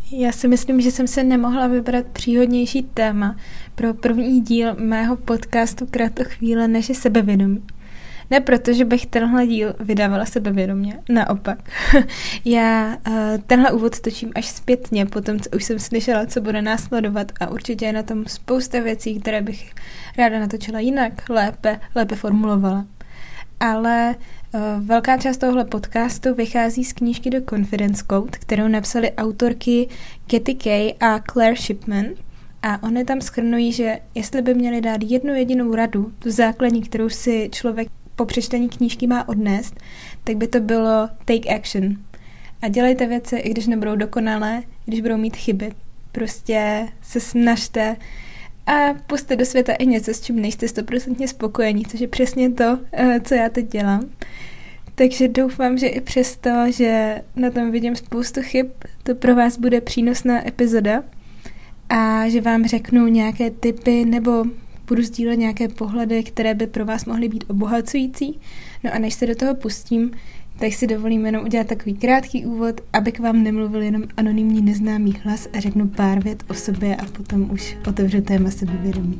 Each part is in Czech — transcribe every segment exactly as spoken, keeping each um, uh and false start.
Já si myslím, že jsem se nemohla vybrat příhodnější téma pro první díl mého podcastu Kratochvíle, než je sebevědomí. Ne proto, že bych tenhle díl vydávala sebevědomě, naopak. Já uh, tenhle úvod točím až zpětně, potom co už jsem slyšela, co bude následovat a určitě je na tom spousta věcí, které bych ráda natočila jinak, lépe, lépe formulovala. Ale uh, velká část tohle podcastu vychází z knížky The Confidence Code, kterou napsali autorky Kathy Kay a Claire Shipman. A oni tam shrnují, že jestli by měli dát jednu jedinou radu, tu základní, kterou si člověk po přečtení knížky má odnést, tak by to bylo take action. A dělejte věci, i když nebudou dokonalé, když budou mít chyby. Prostě se snažte a pusťte do světa i něco, s čím nejste stoprocentně spokojení, což je přesně to, co já teď dělám. Takže doufám, že i přesto, že na tom vidím spoustu chyb, to pro vás bude přínosná epizoda a že vám řeknu nějaké tipy nebo budu sdílet nějaké pohledy, které by pro vás mohly být obohacující. No a než se do toho pustím, tak si dovolím jenom udělat takový krátký úvod, aby k vám nemluvil jenom anonymní neznámý hlas a řeknu pár vět o sobě a potom už otevřu téma sebevědomí.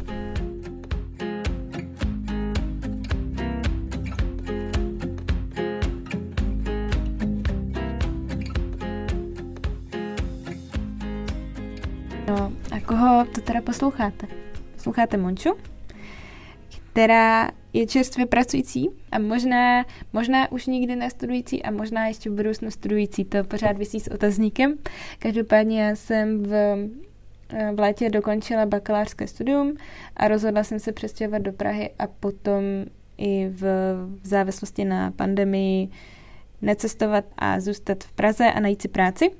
No a koho to teda posloucháte? Posloucháte Monču, která je čerstvě pracující a možná, možná už nikdy nestudující a možná ještě v budoucnu studující. To pořád visí s otazníkem. Každopádně já jsem v, v létě dokončila bakalářské studium a rozhodla jsem se přestěhovat do Prahy a potom i v, v závislosti na pandemii necestovat a zůstat v Praze a najít si práci.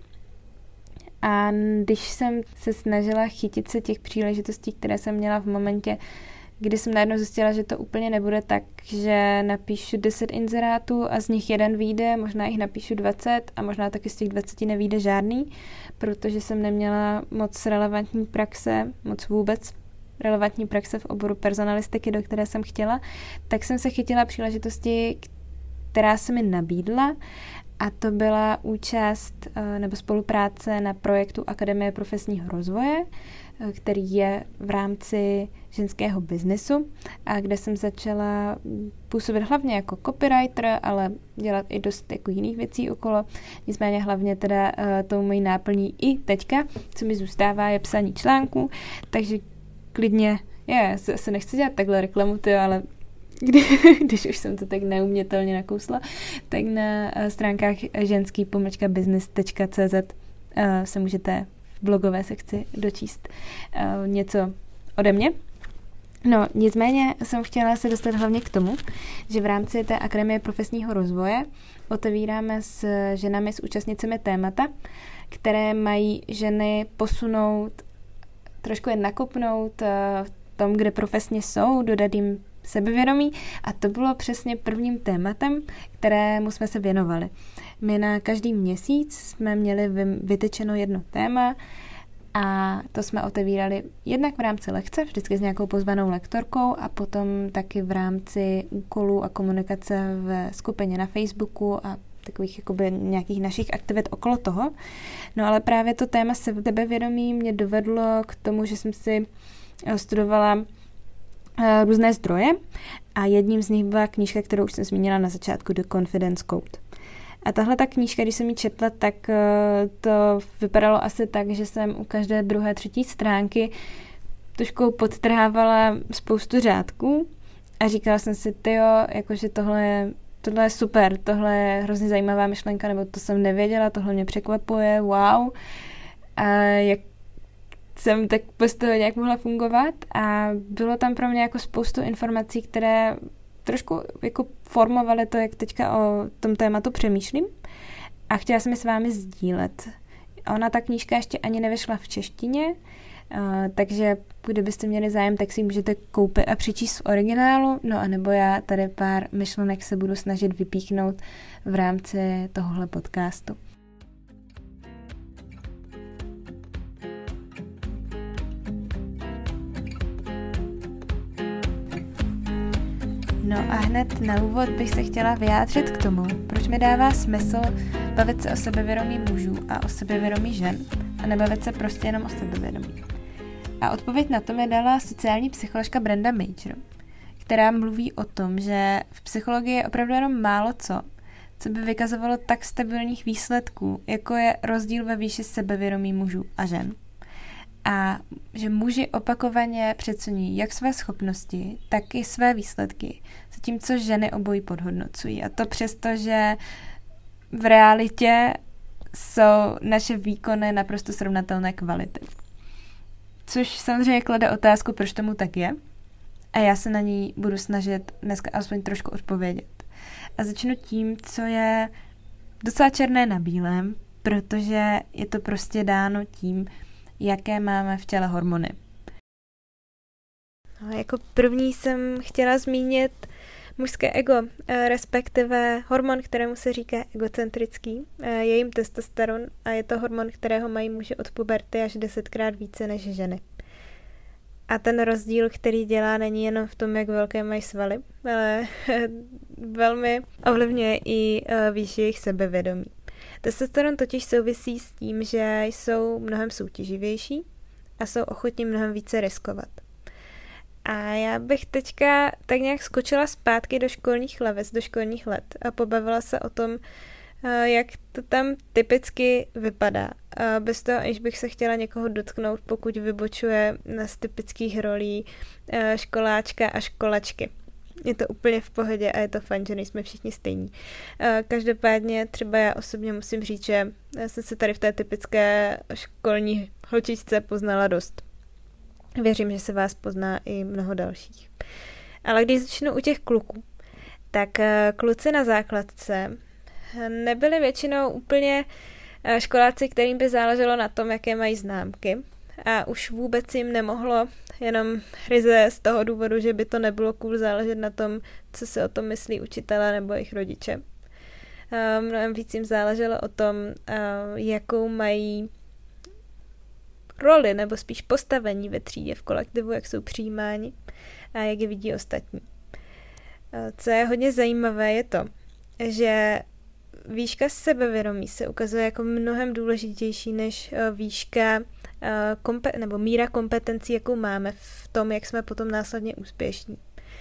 A když jsem se snažila chytit se těch příležitostí, které jsem měla v momentě, kdy jsem najednou zjistila, že to úplně nebude tak, že napíšu deset inzerátů a z nich jeden vyjde, možná jich napíšu dvacet a možná taky z těch dvaceti nevyjde žádný, protože jsem neměla moc relevantní praxe, moc vůbec relevantní praxe v oboru personalistiky, do které jsem chtěla, tak jsem se chytila příležitosti, která se mi nabídla. A to byla účast nebo spolupráce na projektu Akademie profesního rozvoje, který je v rámci ženského biznesu a kde jsem začala působit hlavně jako copywriter, ale dělat i dost jako jiných věcí okolo. Nicméně hlavně teda tou mojí náplní i teďka, co mi zůstává, je psaní článků, takže klidně, já se, se nechci dělat takhle reklamu, tyjo, ale Kdy, když už jsem to tak neumětelně nakousla, tak na stránkách ženský pomlčka business tečka cé zet se můžete v blogové sekci dočíst něco ode mě. No, nicméně jsem chtěla se dostat hlavně k tomu, že v rámci té Akademie profesního rozvoje otevíráme s ženami, s účastnicemi témata, které mají ženy posunout, trošku je nakopnout v tom, kde profesně jsou, dodat jim sebevědomí a to bylo přesně prvním tématem, kterému jsme se věnovali. My na každý měsíc jsme měli vytečeno jedno téma a to jsme otevírali jednak v rámci lekce, vždycky s nějakou pozvanou lektorkou a potom taky v rámci úkolů a komunikace v skupině na Facebooku a takových jakoby nějakých našich aktivit okolo toho. No ale právě to téma sebevědomí mě dovedlo k tomu, že jsem si studovala různé zdroje a jedním z nich byla knížka, kterou už jsem zmínila na začátku, The Confidence Code. A tahle ta knížka, když jsem ji četla, tak to vypadalo asi tak, že jsem u každé druhé, třetí stránky trošku podtrhávala spoustu řádků a říkala jsem si, tyjo, jakože tohle je, tohle je super, tohle je hrozně zajímavá myšlenka, nebo to jsem nevěděla, tohle mě překvapuje, wow. A jak jsem tak bez toho nějak mohla fungovat a bylo tam pro mě jako spoustu informací, které trošku jako formovaly to, jak teďka o tom tématu přemýšlím a chtěla jsem je s vámi sdílet. Ona, ta knížka ještě ani nevyšla v češtině, takže kdybyste měli zájem, tak si ji můžete koupit a přečíst v originálu, no a nebo já tady pár myšlenek se budu snažit vypíchnout v rámci tohohle podcastu. No a hned na úvod bych se chtěla vyjádřit k tomu, proč mi dává smysl bavit se o sebevědomí mužů a o sebevědomí žen a nebavit se prostě jenom o sebevědomí. A odpověď na to mi dala sociální psycholožka Brenda Major, která mluví o tom, že v psychologii je opravdu jenom málo co, co by vykazovalo tak stabilních výsledků, jako je rozdíl ve výši sebevědomí mužů a žen. A že muži opakovaně přeceňují jak své schopnosti, tak i své výsledky, zatímco ženy obojí podhodnocují. A to přesto, že v realitě jsou naše výkony naprosto srovnatelné kvality. Což samozřejmě klade otázku, proč tomu tak je. A já se na ní budu snažit dneska aspoň trošku odpovědět. A začnu tím, co je docela černé na bílém, protože je to prostě dáno tím, jaké máme v těle hormony. No, jako první jsem chtěla zmínit mužské ego, respektive hormon, kterému se říká egocentrický. Je jim testosteron a je to hormon, kterého mají muži od puberty až desetkrát více než ženy. A ten rozdíl, který dělá, není jenom v tom, jak velké mají svaly, ale velmi ovlivňuje i výši jejich sebevědomí. Testosteron totiž souvisí s tím, že jsou mnohem soutěživější a jsou ochotní mnohem více riskovat. A já bych teďka tak nějak skočila zpátky do školních lavic, do školních let a pobavila se o tom, jak to tam typicky vypadá. Bez toho, aniž bych se chtěla někoho dotknout, pokud vybočuje z typických rolí školáčka a školačky. Je to úplně v pohodě a je to fajn, že nejsme všichni stejní. Každopádně třeba já osobně musím říct, že jsem se tady v té typické školní holčičce poznala dost. Věřím, že se vás pozná i mnoho dalších. Ale když začnu u těch kluků, tak kluci na základce nebyli většinou úplně školáci, kterým by záleželo na tom, jaké mají známky. A už vůbec jim nemohlo jenom ryze z toho důvodu, že by to nebylo cool záležet na tom, co si o tom myslí učitelé nebo jejich rodiče. Mnohem víc jim záleželo o tom, jakou mají roli nebo spíš postavení ve třídě, v kolektivu, jak jsou přijímáni a jak je vidí ostatní. Co je hodně zajímavé, je to, že výška sebevědomí se ukazuje jako mnohem důležitější než výška kompe- nebo míra kompetencí, jakou máme v tom, jak jsme potom následně úspěšní.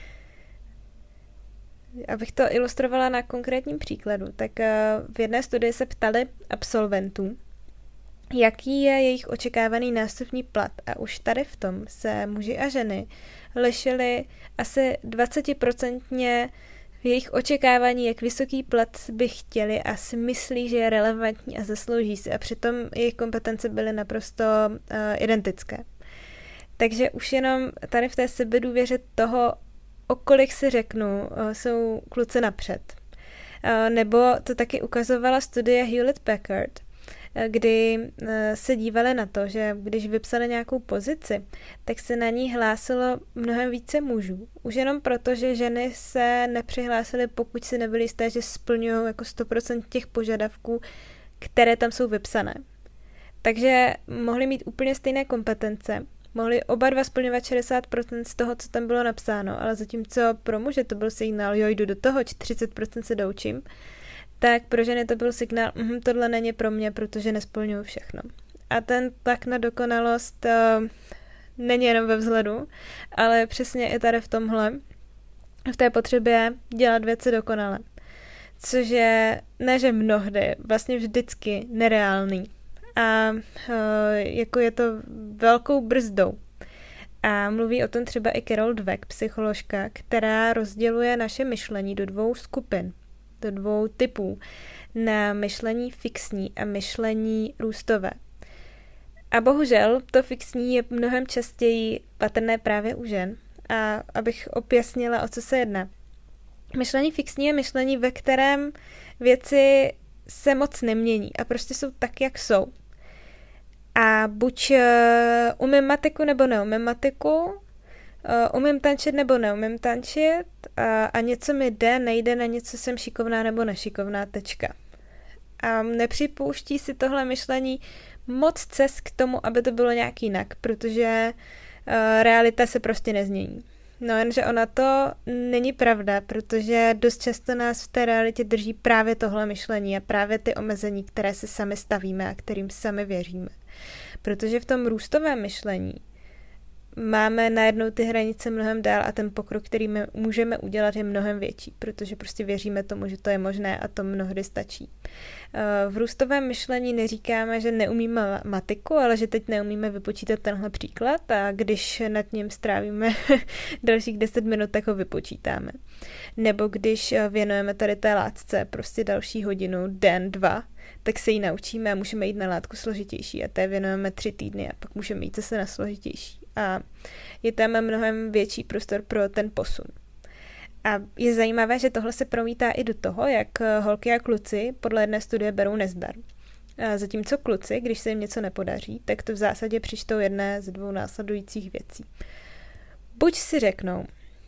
Abych to ilustrovala na konkrétním příkladu, tak v jedné studii se ptali absolventů, jaký je jejich očekávaný nástupní plat. A už tady v tom se muži a ženy lišili asi dvacet procent v jejich očekávání, jak vysoký plat by chtěli a si myslí, že je relevantní a zaslouží si. A přitom jejich kompetence byly naprosto uh, identické. Takže už jenom tady v té sebedůvěře toho, o kolik si řeknu, uh, jsou kluci napřed. Uh, nebo to taky ukazovala studie Hewlett-Packard, kdy se dívali na to, že když vypsali nějakou pozici, tak se na ní hlásilo mnohem více mužů. Už jenom proto, že ženy se nepřihlásily, pokud si nebyly jisté, že splňují jako sto procent těch požadavků, které tam jsou vypsané. Takže mohli mít úplně stejné kompetence, mohli oba dva splňovat šedesát procent z toho, co tam bylo napsáno, ale zatímco pro muže to byl signál, jo, jdu do toho, třicet procent se doučím, tak pro ženy to byl signál, mm, tohle není pro mě, protože nesplňuju všechno. A ten tlak na dokonalost uh, není jenom ve vzhledu, ale přesně i tady v tomhle, v té potřebě dělat věci dokonale. Což je, ne že mnohdy, vlastně vždycky nereálný. A uh, jako je to velkou brzdou. A mluví o tom třeba i Carol Dweck, psycholožka, která rozděluje naše myšlení do dvou skupin. Do dvou typů, na myšlení fixní a myšlení růstové. A bohužel to fixní je mnohem častěji patrné právě u žen. A abych objasnila, o co se jedná. Myšlení fixní je myšlení, ve kterém věci se moc nemění a prostě jsou tak, jak jsou. A buď uh, umím matiku nebo neumím matiku, uh, umím tančit nebo neumím tančit a, a něco mi jde, nejde, na něco jsem šikovná nebo nešikovná, tečka. A nepřipouští si tohle myšlení moc cest k tomu, aby to bylo nějak jinak, protože uh, realita se prostě nezmění. No jenže ona to není pravda, protože dost často nás v té realitě drží právě tohle myšlení a právě ty omezení, které si sami stavíme a kterým sami věříme. Protože v tom růstovém myšlení máme najednou ty hranice mnohem dál a ten pokrok, který my můžeme udělat, je mnohem větší, protože prostě věříme tomu, že to je možné a to mnohdy stačí. V růstovém myšlení neříkáme, že neumíme matiku, ale že teď neumíme vypočítat tenhle příklad a když nad ním strávíme dalších deset minut, tak ho vypočítáme. Nebo když věnujeme tady té látce prostě další hodinu, den, dva, tak se ji naučíme a můžeme jít na látku složitější a té věnujeme tři týdny a pak můžeme jít zase na složitější. A je tam mnohem větší prostor pro ten posun. A je zajímavé, že tohle se promítá i do toho, jak holky a kluci podle jedné studie berou nezdar. A zatímco kluci, když se jim něco nepodaří, tak to v zásadě přičtou jedné ze dvou následujících věcí. Buď si řeknou,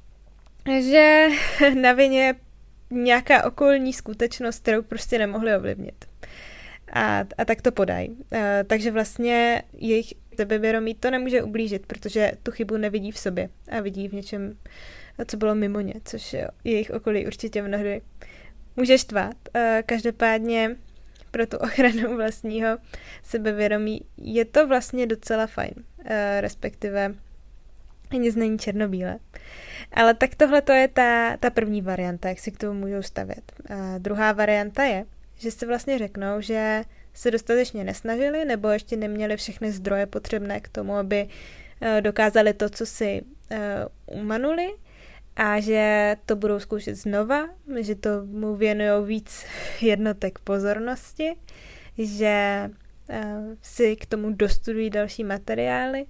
že na vině nějaká okolní skutečnost, kterou prostě nemohli ovlivnit. A, a tak to podají. Takže vlastně jejich sebevědomí to nemůže ublížit, protože tu chybu nevidí v sobě a vidí v něčem, co bylo mimo ně, což jo, jejich okolí určitě mnohdy může štvát. Každopádně pro tu ochranu vlastního sebevědomí je to vlastně docela fajn, respektive nic není černobílé. Ale tak tohle to je ta, ta první varianta, jak si k tomu můžou stavět. A druhá varianta je, že si vlastně řeknou, že se dostatečně nesnažili nebo ještě neměli všechny zdroje potřebné k tomu, aby dokázali to, co si umanuli a že to budou zkoušet znova, že tomu věnují víc jednotek pozornosti, že si k tomu dostudují další materiály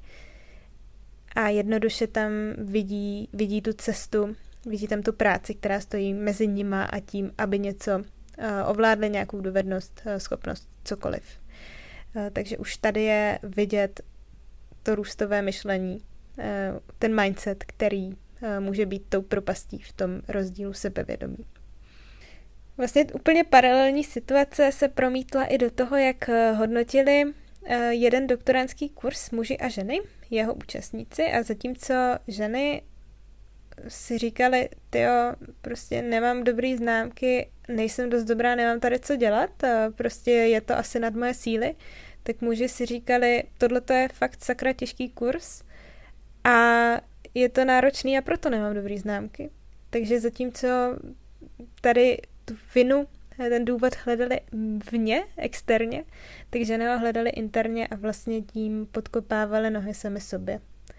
a jednoduše tam vidí, vidí tu cestu, vidí tam tu práci, která stojí mezi nima a tím, aby něco ovládli, nějakou dovednost, schopnost, cokoliv. Takže už tady je vidět to růstové myšlení, ten mindset, který může být tou propastí v tom rozdílu sebevědomí. Vlastně úplně paralelní situace se promítla i do toho, jak hodnotili jeden doktorandský kurz muži a ženy, jeho účastníci, a zatímco ženy si říkali, tyjo, prostě nemám dobrý známky, nejsem dost dobrá, nemám tady co dělat, prostě je to asi nad moje síly, tak muži si říkali, tohle je fakt sakra těžký kurz a je to náročný a proto nemám dobrý známky. Takže zatímco tady tu vinu, ten důvod hledali vně, externě, tak ženy ho hledali interně a vlastně tím podkopávali nohy sami sobě.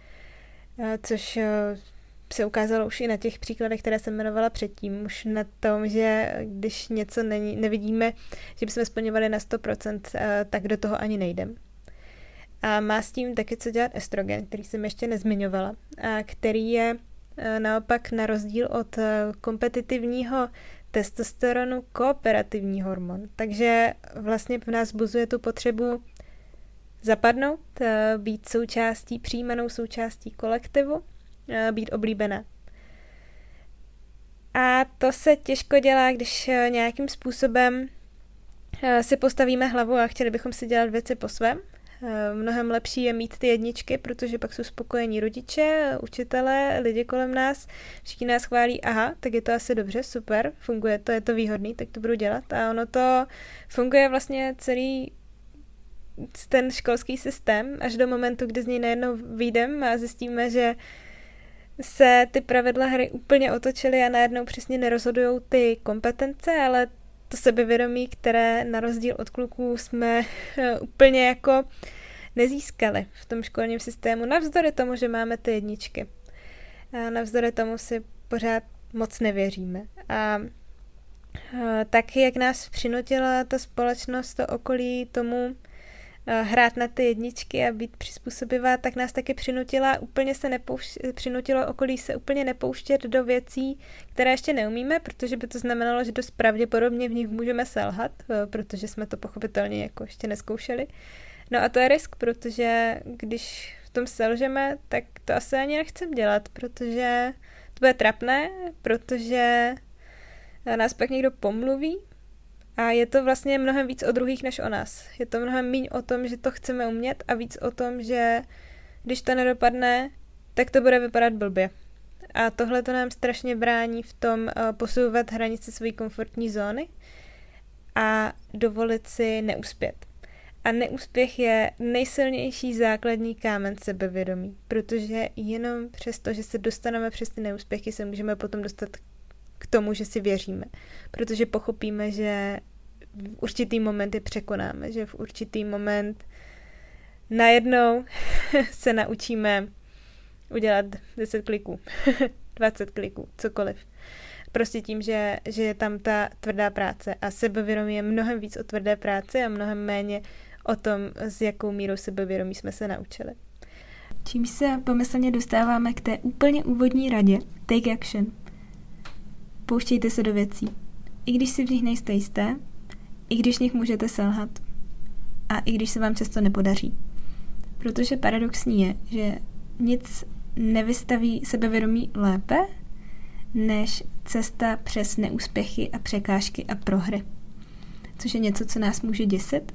Což se ukázalo už i na těch příkladech, které jsem jmenovala předtím, už na tom, že když něco není, nevidíme, že bychom splňovali na sto procent, tak do toho ani nejdem. A má s tím taky co dělat estrogen, který jsem ještě nezmiňovala, a který je naopak na rozdíl od kompetitivního testosteronu kooperativní hormon. Takže vlastně v nás buzuje tu potřebu zapadnout, být součástí, přijímanou součástí kolektivu, být oblíbená. A to se těžko dělá, když nějakým způsobem si postavíme hlavu a chtěli bychom si dělat věci po svém. Mnohem lepší je mít ty jedničky, protože pak jsou spokojení rodiče, učitelé, lidi kolem nás, všichni nás chválí, aha, tak je to asi dobře, super, funguje to, je to výhodný, tak to budu dělat. A ono to funguje vlastně celý ten školský systém, až do momentu, kdy z něj najednou vyjdeme a zjistíme, že se ty pravidla hry úplně otočily a najednou přesně nerozhodujou ty kompetence, ale to sebevědomí, které na rozdíl od kluků jsme úplně jako nezískali v tom školním systému, navzdory tomu, že máme ty jedničky. A navzdory tomu si pořád moc nevěříme. A taky, jak nás přinutila ta společnost, to okolí tomu hrát na ty jedničky a být přizpůsobivá, tak nás taky přinutila úplně se nepouš- přinutilo okolí se úplně nepouštět do věcí, které ještě neumíme, protože by to znamenalo, že dost pravděpodobně v nich můžeme selhat, protože jsme to pochopitelně jako ještě neskoušeli. No a to je risk, protože když v tom selžeme, tak to asi ani nechcem dělat, protože to bude trapné, protože nás pak někdo pomluví. A je to vlastně mnohem víc o druhých než o nás. Je to mnohem míň o tom, že to chceme umět a víc o tom, že když to nedopadne, tak to bude vypadat blbě. A tohle to nám strašně brání v tom uh, posouvat hranice své komfortní zóny a dovolit si neuspět. A neúspěch je nejsilnější základní kámen sebevědomí, protože jenom přes to, že se dostaneme přes ty neúspěchy, se můžeme potom dostat k tomu, že si věříme. Protože pochopíme, že v určitý moment je překonáme, že v určitý moment najednou se naučíme udělat deset kliků, dvacet kliků, cokoliv. Prostě tím, že, že je tam ta tvrdá práce a sebevědomí je mnohem víc o tvrdé práci a mnohem méně o tom, s jakou mírou sebevědomí jsme se naučili. Čímž se pomyslně dostáváme k té úplně úvodní radě Take action. Pouštějte se do věcí. I když si v nich nejste jisté, i když v nich můžete selhat a i když se vám často nepodaří. Protože paradoxní je, že nic nevystaví sebevědomí lépe, než cesta přes neúspěchy a překážky a prohry. Což je něco, co nás může děsit.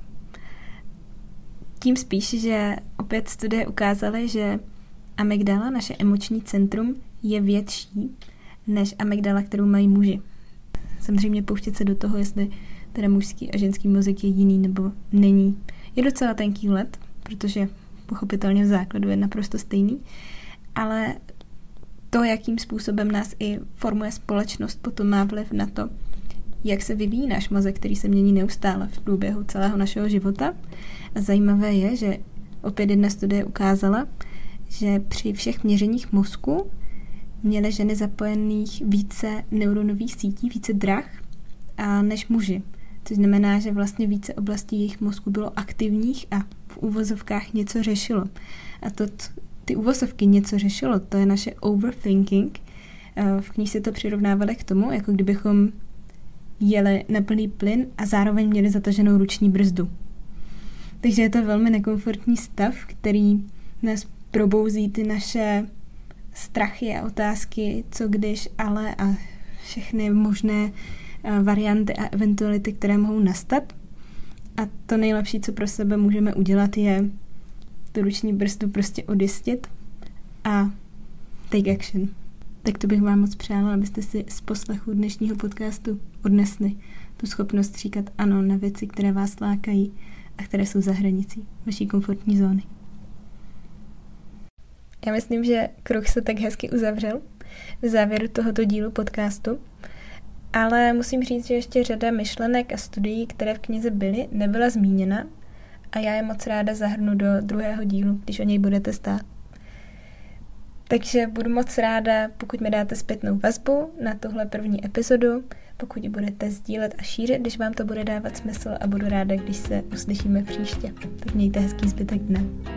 Tím spíš, že opět studie ukázaly, že amygdala, naše emoční centrum, je větší než amygdala, kterou mají muži. Samozřejmě pouštět se do toho, jestli teda mužský a ženský mozek je jiný nebo není. Je docela tenký led, protože pochopitelně v základu je naprosto stejný, ale to, jakým způsobem nás i formuje společnost, potom má vliv na to, jak se vyvíjí náš mozek, který se mění neustále v průběhu celého našeho života. A zajímavé je, že opět jedna studie ukázala, že při všech měřeních mozku měly ženy zapojených více neuronových sítí, více drah a než muži. Což znamená, že vlastně více oblastí jejich mozku bylo aktivních a v úvozovkách něco řešilo. A to, ty úvozovky něco řešilo, to je naše overthinking. V knížce to přirovnávali k tomu, jako kdybychom jeli na plný plyn a zároveň měli zataženou ruční brzdu. Takže je to velmi nekomfortní stav, který nás probouzí ty naše strachy a otázky, co když, ale a všechny možné varianty a eventuality, které mohou nastat. A to nejlepší, co pro sebe můžeme udělat, je tu ruční brzdu prostě odjistit a take action. Tak to bych vám moc přála, abyste si z poslechu dnešního podcastu odnesli tu schopnost říkat ano na věci, které vás lákají a které jsou za hranicí vaší komfortní zóny. Já myslím, že kruh se tak hezky uzavřel v závěru tohoto dílu podcastu, ale musím říct, že ještě řada myšlenek a studií, které v knize byly, nebyla zmíněna a já je moc ráda zahrnu do druhého dílu, když o něj budete stát. Takže budu moc ráda, pokud mi dáte zpětnou vazbu na tuhle první epizodu, pokud ji budete sdílet a šířit, když vám to bude dávat smysl, a budu ráda, když se uslyšíme příště. Tak mějte hezký zbytek dne.